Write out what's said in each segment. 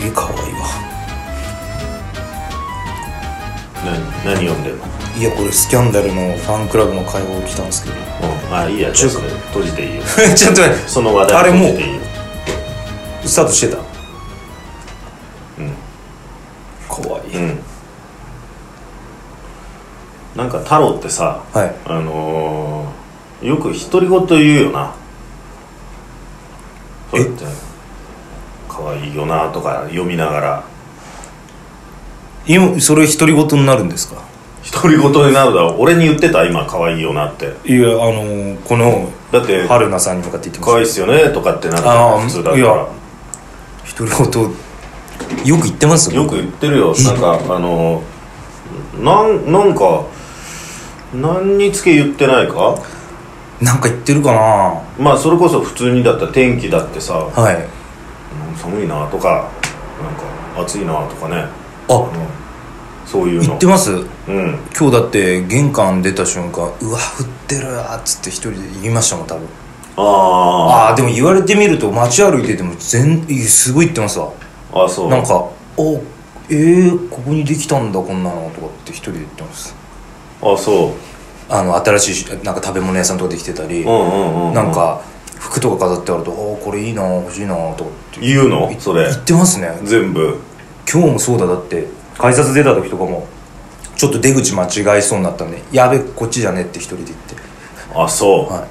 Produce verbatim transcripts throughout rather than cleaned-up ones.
げえ可愛いわ。 な何読んでるの？ いやこれスキャンダルのファンクラブの会話を来たんですけど、 うん、あいいやちょっと閉じていいよちょっと待って、 その話題閉じていいよ。 スタートしてた。 うん可愛い、 うん、なんか太郎ってさ、 はい、 あのー、よく独り言言うよな。そうやって可愛いよなとか読みながら。 今それ独り言になるんですか？ 独り言になるだろう。俺に言ってた今可愛いよなって。 いやあのー、このだって春菜さんに向かって言ってました。 可愛いっすよねとかってなるから普通だから。いや独り言よく言ってますよく言ってるよ。なんかあのなんなんか何につけ言ってないかなんか言ってるかな。 まあそれこそ普通にだったら天気だってさ、 はい、 寒いなとかなんか暑いなとかね、 あ、 うん、そういうの言ってます。 うん、 今日だって玄関出た瞬間うわ降ってるわっつって一人で言いましたもん多分。 ああーでも言われてみると街歩いてても全すごい言ってますわ。 あそうなんかおえー、ここにできたんだこんなのとかって一人で言ってます。 あそうあの新しいなんか食べ物屋さんとかできてたり、 うんうんうん、うん、 なんか服とか飾ってあるとおこれいいな欲しいなとかって言うのそれ言ってますね全部。 今日もそうだ。だって改札出た時とかもちょっと出口間違いそうになったんでやべこっちじゃねって一人で言って。 あそう、 はい、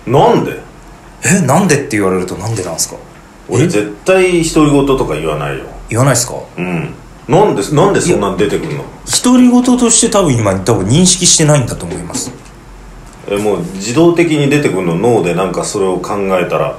なんでえなんでって言われるとなんでなんですか？ 俺絶対独り言とか言わないよ。 言わないですか？ うんなんでなんでそんなん出てくるの？ 独り言として多分今多分認識してないんだと思います。 えもう自動的に出てくるの脳でなんかそれを考えたら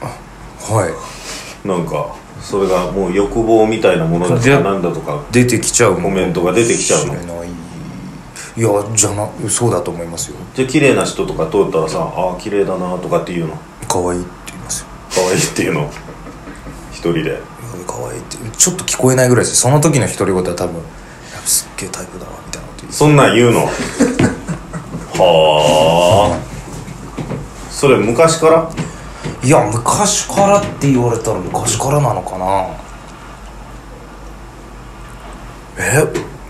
はいなんかそれがもう欲望みたいなものだとかなんだとか出てきちゃうコメントが出てきちゃうの？ いやじゃなそうだと思いますよ。 じゃあ綺麗な人とか通ったらさあ綺麗だなとかって言うの？ 可愛いって言いますよ。 可愛いっていうの一人で可愛いってちょっと聞こえないぐらいです。その時の独り言は多分すっげえタイプだわみたいなこと言う。 そんなん言うのはあそれ昔から？ いや昔からって言われたら昔からなのかな。え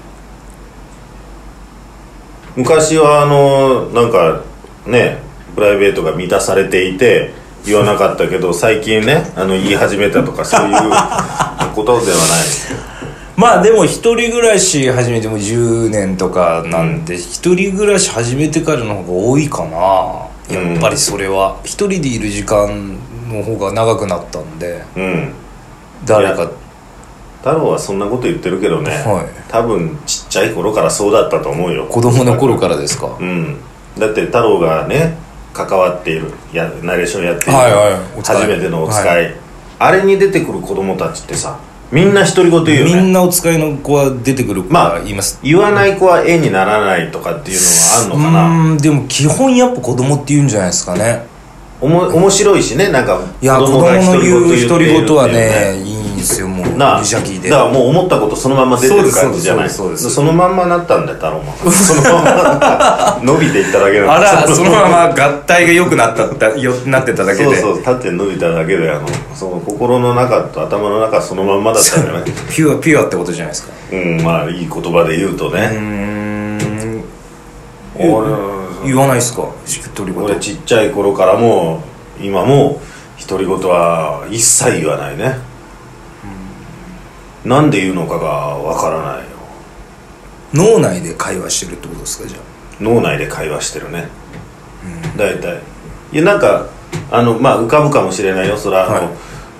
昔はあのなんかねプライベートが満たされていて言わなかったけど最近ねあの言い始めたとかそういうことではないまあでも一人暮らし始めてもじゅうねんとかなんで、うん、一人暮らし始めてからの方が多いかなやっぱり。それは一人でいる時間の方が長くなったんで、うん、誰か太郎はそんなこと言ってるけどね、はい、多分ちっちゃい頃からそうだったと思うよ。 子供の頃からですか？ うん、だって太郎がね関わっているやナレーションやっている、 はいはい、 初めてのお使い、はい、あれに出てくる子供たちってさみんな独り言言うよね。 みんなお使いの子は出てくる子は言います、 まあ、言わない子は絵にならないとかっていうのはあるのかな。 うんでも基本やっぱ子供って言うんじゃないですかね。 おも面白いしねなんかいや子供の言う独り言はねいいんですよ。もう無邪気でだからもう思ったことそのまま出てる感じじゃない。そのまんまなったんだよ太郎もそのまま伸びていっただけなんだ。 あらそのまま合体が良くなったったよなってただけでそうそう立って伸びただけであのその心の中と頭の中そのまんまだったんじゃないピュアピュアってことじゃないですか。 うんまあいい言葉で言うとね。うーん俺言わないですか独り言。 俺ちっちゃい頃からも今も独り言は一切言わないね。なんで言うのかがわからないよ。 脳内で会話してるってことですか？じゃあ脳内で会話してるね、うん、大体いやなんかあのまあ浮かぶかもしれないよそれはあの、はい、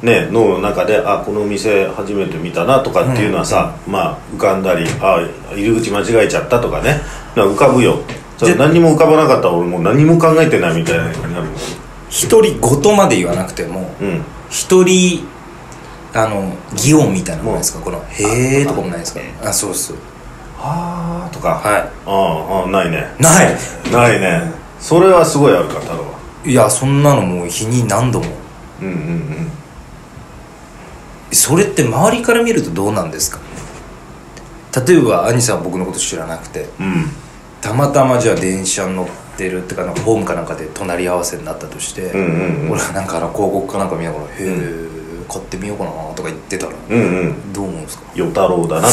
ね脳の中であこの店初めて見たなとかっていうのはさ、うん、まあ浮かんだりあ入り口間違えちゃったとかね浮かぶよ。何にも浮かばなかったら俺もう何も考えてないみたいな感じになる。 独り言まで言わなくても、うん、一人あの擬音みたいなものですか？このへーとかもないですか？あそうです。 はーとかはいああないねないないね。それはすごいあるから太郎は。 いやそんなのもう日に何度も。 うんうんうんそれって周りから見るとどうなんですか？例えば兄さんは僕のこと知らなくて、うん、たまたまじゃあ電車に乗ってるってかホームかなんかで隣り合わせになったとして、うんうんうん、俺はなんかあの広告かなんか見ながらへー、うん、 買ってみようかなとか言ってたら、 うんうん、 どう思うんですか？ 与太郎だな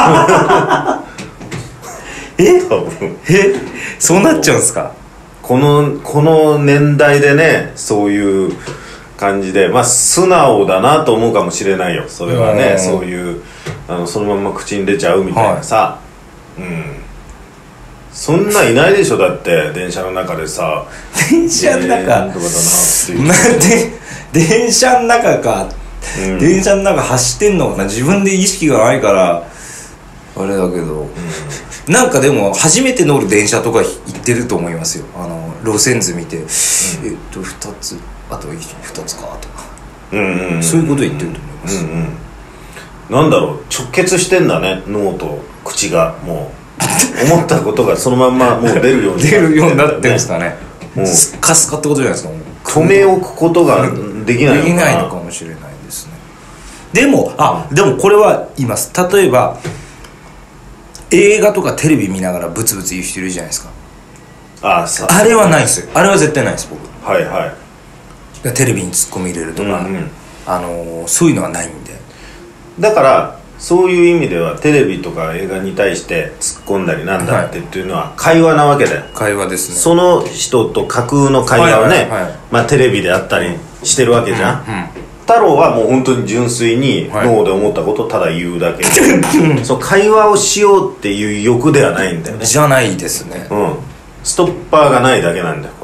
ってえ多分えそうなっちゃうんですか？ このこの年代でね、そういう感じで、まあ素直だなと思うかもしれないよ、それはね。そういうあのそのまま口に出ちゃうみたいなさ、はい、うん、そんないないでしょ。だって電車の中でさ電車の中、えー、とかだなっていう電車の中か、うん、電車の中走ってんのかな、自分で意識がないからあれだけど、うん、なんかでも初めて乗る電車とか行ってると思いますよ。あの路線図見て、うん、えっとふたつあとふたつかとか、うんうんうん、そういうこと言ってると思います、うんうん、 なんだろう、直結してんだね、脳と口が。もう思ったことがそのまんまもう出るようになって、ね、出るようになってるんですかね。もうスカスカってことじゃないですか。 止め置くことができないのかな。できないのかもしれないですね。でもあでもこれは言います。例えば映画とかテレビ見ながらブツブツ言う人いるじゃないですか。 ああ、 あれはないですよ。あれは絶対ないです僕。 はいはい。 テレビにツッコミ入れるとか、うんうん、あのー、そういうのはないんで。 だからそういう意味ではテレビとか映画に対して突っ込んだりなんだってっていうのは会話なわけだよ。 会話ですね。 その人と架空の会話をね、はいはいはい、まあ、テレビであったりしてるわけじゃん、うんうん、太郎はもう本当に純粋に脳で思ったことをただ言うだけで、はい、そう会話をしようっていう欲ではないんだよね。 じゃないですね、 うん、ストッパーがないだけなんだよ。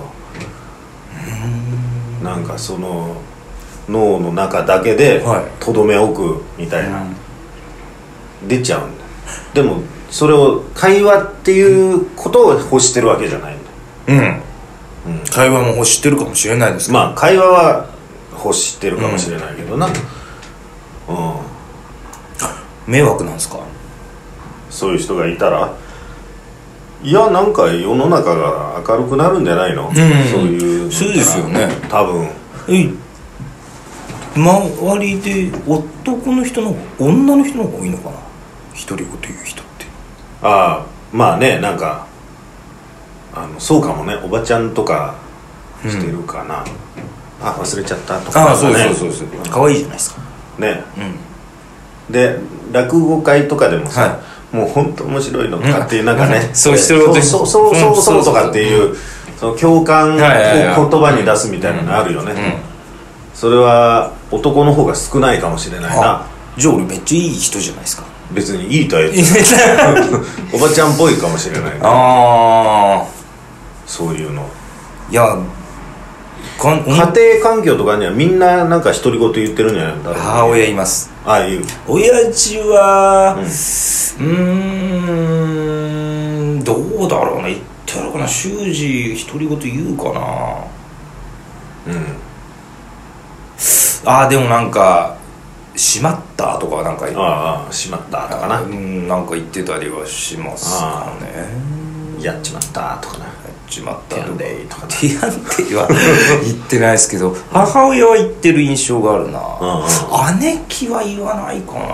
うなんかその脳の中だけでとどめ置くみたいな、はい、出ちゃうんだ。でもそれを会話っていうことを欲してるわけじゃないんだ。うん、 うん、会話も欲してるかもしれないですけど、 まあ会話は欲してるかもしれないけどな、うん、うん、 迷惑なんですか？ そういう人がいたら、いやなんか世の中が明るくなるんじゃないの、うん、そういう。 そうですよね多分。 え周りで男の人の方女の人の方が多いのかな、独り言言う人って。 ああまあね、なんかあのそうかもね、おばちゃんとかしてるかな、うん、あ忘れちゃったとか、ね、 あそうそうそうそう、可愛いじゃないですかね、 うん、で落語会とかでもさ、はい、もう本当面白いのとかっていう、なんかね、 うん、そうそうそうそうそうそうとかっていう、うん、その共感を言葉に出すみたいなのあるよね、うんうん、それは男の方が少ないかもしれないな。 じゃあ俺めっちゃいい人じゃないですか。 別にいいとは言っておばちゃんっぽいかもしれない、ね、 ああそういうの。いや家庭環境とかにはみんななんか独り言言ってるんじゃないの。 母親います。 ああいう親父はうーん、んどうだろうな、言ってやろうかな、習字独り言言うかな。うんああでもなんかしまったとかなんかああしまったとかな、 うん、なんか言ってたりはしますかね。 やっちまったとかな、やっちまったとかティアンデイとかティアンデイは言ってないですけど母親は言ってる印象があるな、うんうん、姉貴は言わないかな、うん、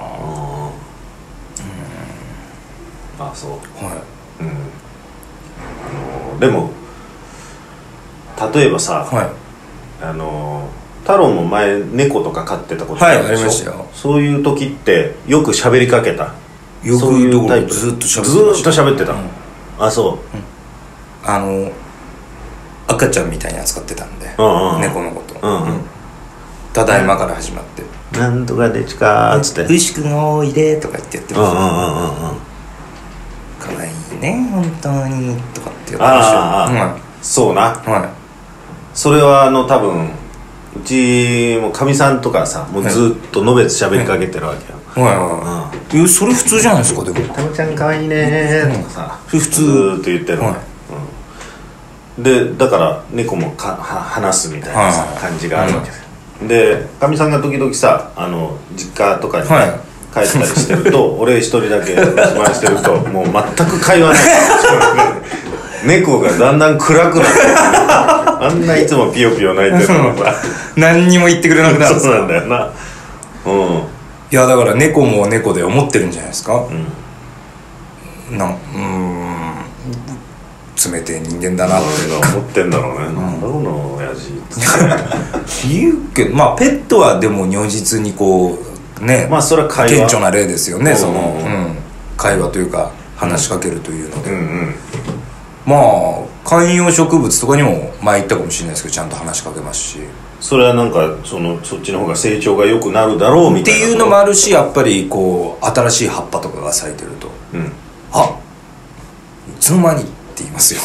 あそうはい、 うん、あのでも例えばさ、はい、あの太郎も前猫とか飼ってたことあるでしょ。はい、ありましたよ。そういう時ってよく喋りかけた。 よくそういうタイプずっと喋ってた。 ずっと喋ってた、うん、あそう、うん、 あの赤ちゃんみたいに扱ってたんで、うんうん、猫のこと、うんうん、ただいまから始まって、 うん、なんとかでちかーっつって牛くんおいでとか言ってやってました。かわいいね本当にとかってやってました。 ああ、うん、そうな、はい、それはあの多分うちもかみさんとかさもうずっとのべつ喋りかけてるわけよ。 はいはい、うん、それ普通じゃないですか。でもたまちゃんかわいいねーとかさ、 うん、普通ずーっと言ってるの、はい、うん、でだから猫もかは話すみたいなさ、はい、感じがあるわけです、うん、でかみさんが時々さあの実家とかに、ね、はい、帰ったりしてると俺一人だけ自慢してるともう全く会話ない猫がだんだん暗くなってあんないつもピヨピヨ泣いてるのが何にも言ってくれなくなる。 そうなんだよな、うん、 いやだから猫も猫で思ってるんじゃないですか、うん、なんうーん冷てえ人間だなって思ってんだろうね、うん、なんだろうな親父じっつって言うけど、まあペットはでも如実にこうね、 まあそれは会話顕著な例ですよね、 うんその、うん、会話というか話しかけるというので、 うんうん、 まあ観葉植物とかにも前言ったかもしれないですけどちゃんと話しかけますし、 それはなんかそのそっちの方が成長が良くなるだろうみたいなっていうのもあるし、やっぱりこう新しい葉っぱとかが咲いてると、うん、あいつの間にって言いますよ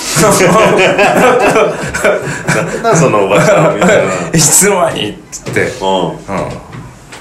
なんだそのおばちゃんみたいないつの間にっつって、うんうん、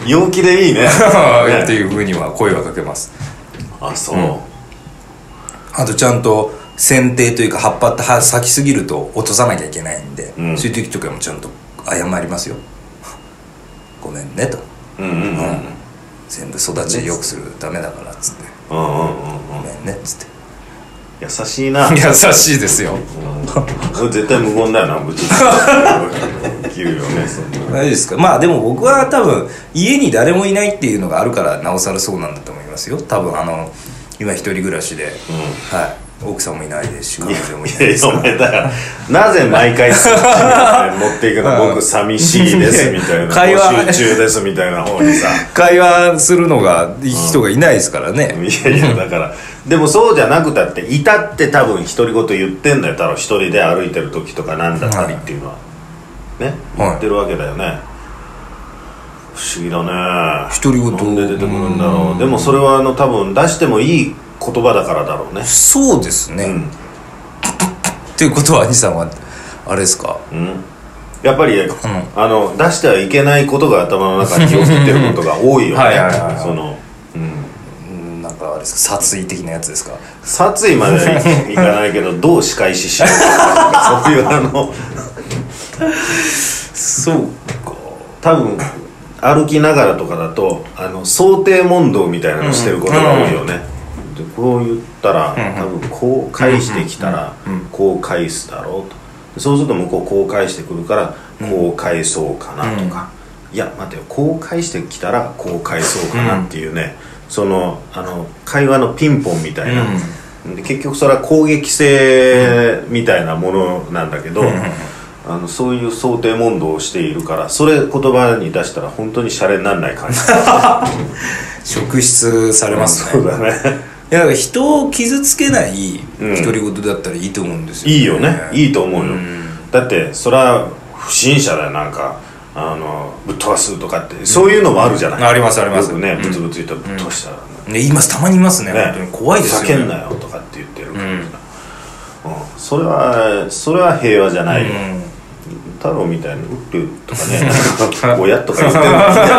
陽気でいいねっていうふうには声はかけます。 あ、そう、うん、 あとちゃんと剪定というか葉っぱって咲きすぎると落とさなきゃいけないんで、うん、そういう時とかもちゃんと謝りますよごめんねと、うんうんうんうん、全部育ち良くするためだからっつって、うんうんうんうん、ごめんねっつって。 優しいな。 優しいですよ、 うん、絶対無言だよな、無知できるよね。そんな大丈夫ですか。まあでも僕は多分家に誰もいないっていうのがあるからなおさらそうなんだと思いますよ。多分あの今一人暮らしで、うん、はい、奥さんもいないですし彼女もいないですから。いやいや、だからなぜ毎回そっちに持っていくの僕寂しいですみたいな会話集中ですみたいな方にさ会話するのが人がいないですからね、 うん、いやいやだからでもそうじゃなくたっていたって多分独り言言ってんだよ。太郎一人で歩いてる時とかなんだったりっていうのは、はい、ね言ってるわけだよね、はい、不思議だね。 独り言なんで出てくるんだろう。でもそれはあの多分出してもいい言葉だからだろうね。 そうですね、うん、っていうことは兄さんはあれですか、うん、 やっぱり、うん、あの出してはいけないことが頭の中に気をつけてることが多いよね。はいはいはい、はい、その、 うん、なんかあれですか、殺意的なやつですか。 殺意まではいかないけどどう仕返ししようかそういうあのそうか、多分歩きながらとかだとあの想定問答みたいなのしてることが多いよね、うん、でこう言ったら、うん、多分こう返してきたら、うん、こう返すだろうと。そうすると向こうこう返してくるからこう返そうかなとか、うん、いや待てよこう返してきたらこう返そうかなっていうね、うん、そのあの会話のピンポンみたいな、うん、で結局それは攻撃性みたいなものなんだけど、うん、あのそういう想定問答をしているからそれ言葉に出したら本当にシャレにならない感じ職質されますね、 うん、そうだね。 いや人を傷つけない独り言だったらいいと思うんですよ、 ね、いいよね、いいと思うよ、うん、だってそれは不審者だよ。なんかあのぶっ飛ばすとかって、うん、そういうのもあるじゃない、 うん、ありますあります。 よくね、ブツブツ言ったらぶっ飛ばしたら、 うん、言います、たまにいますね、ね、本当に怖いですよね。 叫んなよとかって言ってるから、うんうん、それはそれは平和じゃないよ、うん、太郎みたいに「うってる」とかね「親」とか言ってるの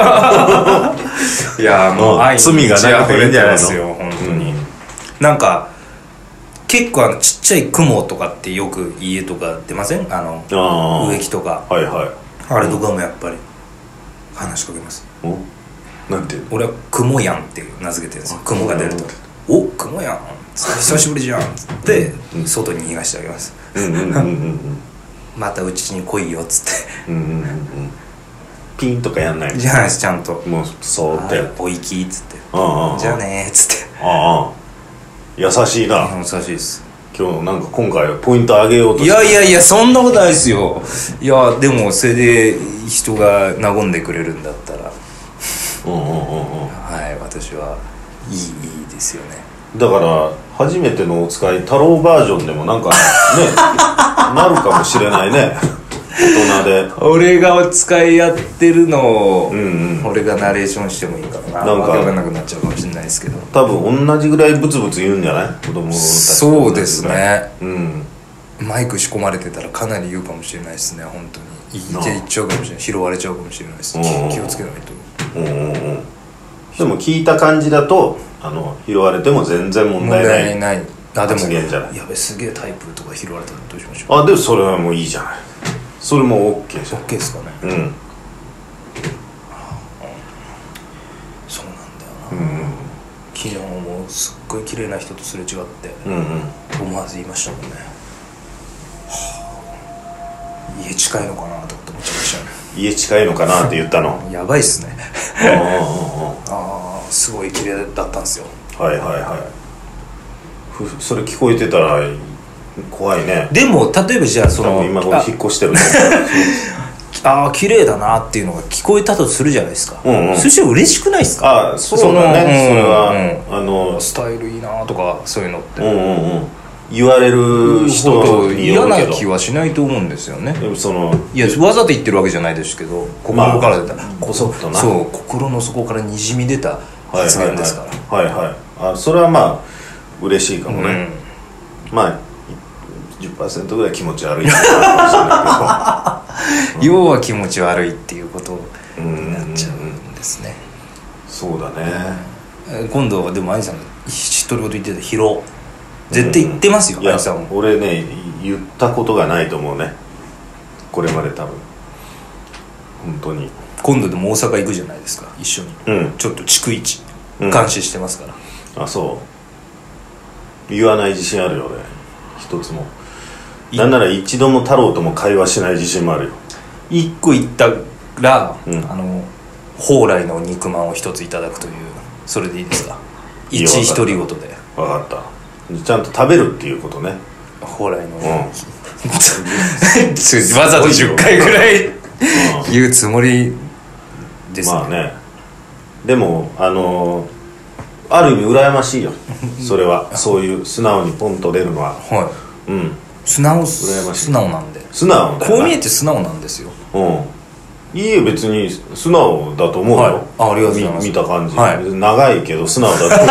いやもう愛に罪がなくていいんじゃないですよ本当に、うん、なんか結構あのちっちゃい雲とかってよく家とか出ません？あのあ植木とか、 はいはい、 あれとかもやっぱり話しかけます。 おなんて俺は雲やんって名付けてるんですよ。雲が出ると「お雲やん久しぶりじゃん」っつって外に逃がしてあげます。うんうんうんうん、またうちに来いよっつってうんうん、うん、 ピンとかやんないじゃないです。ちゃんともうそうっておいきっつってああじゃあねっつってああ優しいな。 優しいです。 今日なんか今回はポイント上げようとして。 いやいやいやそんなことないですよ。いやでもそれで人が和んでくれるんだったらうんうんうんうんはい私はいいいいですよね。 だから初めてのお使い太郎バージョンでもなんかねなるかもしれないね。大人で俺がお使いやってるのを、うんうん、俺がナレーションしてもいいかな。なんか分からなくなっちゃうかもしれないですけど多分同じぐらいブツブツ言うんじゃない子供たち。 そうですね、うん、マイク仕込まれてたらかなり言うかもしれないですね。本当に言って言っちゃうかもしれない。拾われちゃうかもしれないです。気をつけないと。うんうんうん。 でも聞いた感じだとあの拾われても全然問題ない。 問題ない。あでもやべすげえタイプとか拾われたらどうしましょう。 あでもそれはもういいじゃない。それも OK じゃん。 OK ですかね。うんそうなんだよな、うん、昨日もすっごい綺麗な人とすれ違って、うんうん、思わず言いましたもんね、はあ、家近いのかなと思って思っちゃいましたね。 家近いのかなって言ったのやばいっすねああすごい綺麗だったんですよ。 はいはいはい。それ聞こえてたら怖いね。 でも例えばじゃあその今頃引っ越してるねああ綺麗だなっていうのが聞こえたとするじゃないですか、 うんうん、 そして嬉しくないですか。 ああそうだね、それは、うん、あのスタイルいいなとかそういうのって、 うんうんうん、言われる人と嫌な気はしないと思うんですよね。 でもそのいやわざと言ってるわけじゃないですけど、心から出た、まあ、 こそっとな、 そう心の底からにじみ出た発言ですから。 はいはい、はいはい、あそれはまあ嬉しいかもね、うん、まあ じゅっパーセント ぐらい気持ち悪いかもしれないけど要は気持ち悪いっていうことになっちゃうんですね。 そうだね、 うん、今度はでも兄さんが独り言言ってた疲労絶対言ってますよ、 うん、いやさんも。 俺ね言ったことがないと思うね、これまで多分本当に。 今度でも大阪行くじゃないですか一緒に、うん、ちょっと逐一監視してますから、 うん、あそう言わない自信あるよ俺一つも。なんなら一度も太郎とも会話しない自信もあるよ。 一個言ったら、うん、あの蓬莱の肉まんを一ついただくという、それでいいですか。一独り言で。 分かった、ちゃんと食べるっていうことね、 蓬莱の、うん、わざとじゅっかいぐらい言うつもりですね。 まあね、でもあのー、ある意味羨ましいよそれはそういう素直にポンと出るのは、はい、うん、 素直羨ましい。素直なんで素直だよ、 こう見えて素直なんですよ。 うん、いいえ別に素直だと思うよ、はい、 あ, ありがとうございます。 見, 見た感じ、 はい、 長いけど素直だと思う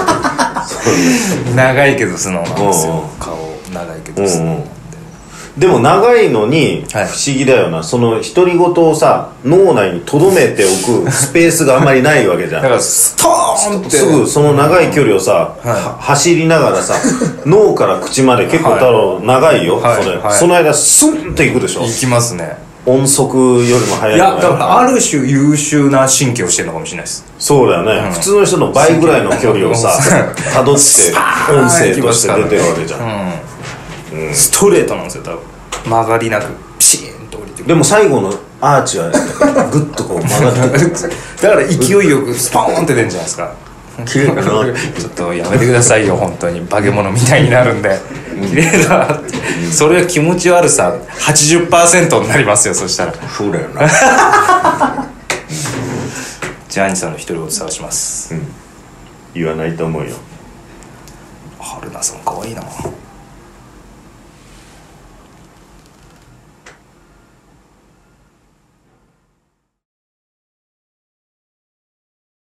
長いけど素直なんですよ、うんうん、顔長いけど素直なんで、うんうん、 でも長いのに不思議だよな、はい、その独り言をさ脳内に留めておくスペースがあんまりないわけじゃんだからストーンってすぐその長い距離をさ、はい、走りながらさ脳から口まで結構太郎長いよ、はい、それ、はい、その間スンっていくでしょ。 いきますね。 音速よりも速い。 いやだからある種優秀な神経をしてるのかもしれないです。 そうだよね、うん、普通の人の倍ぐらいの距離をさたどって音声として出てるわけじゃん、 うんうん、ストレートなんですよ多分。曲がりなくピシーンと降りてくる。 でも最後のアーチはグッとこう曲がってくるだから勢いよくスパーンって出るんじゃないですか。 綺麗だなちょっとやめてくださいよ本当に化け物みたいになるんで綺麗だって、うん、それは気持ち悪さ はちじゅっパーセント になりますよ。そしたらそうだよなじゃあ兄さんの独り言探します、 うん、言わないと思うよ。 春菜さんかわいいな。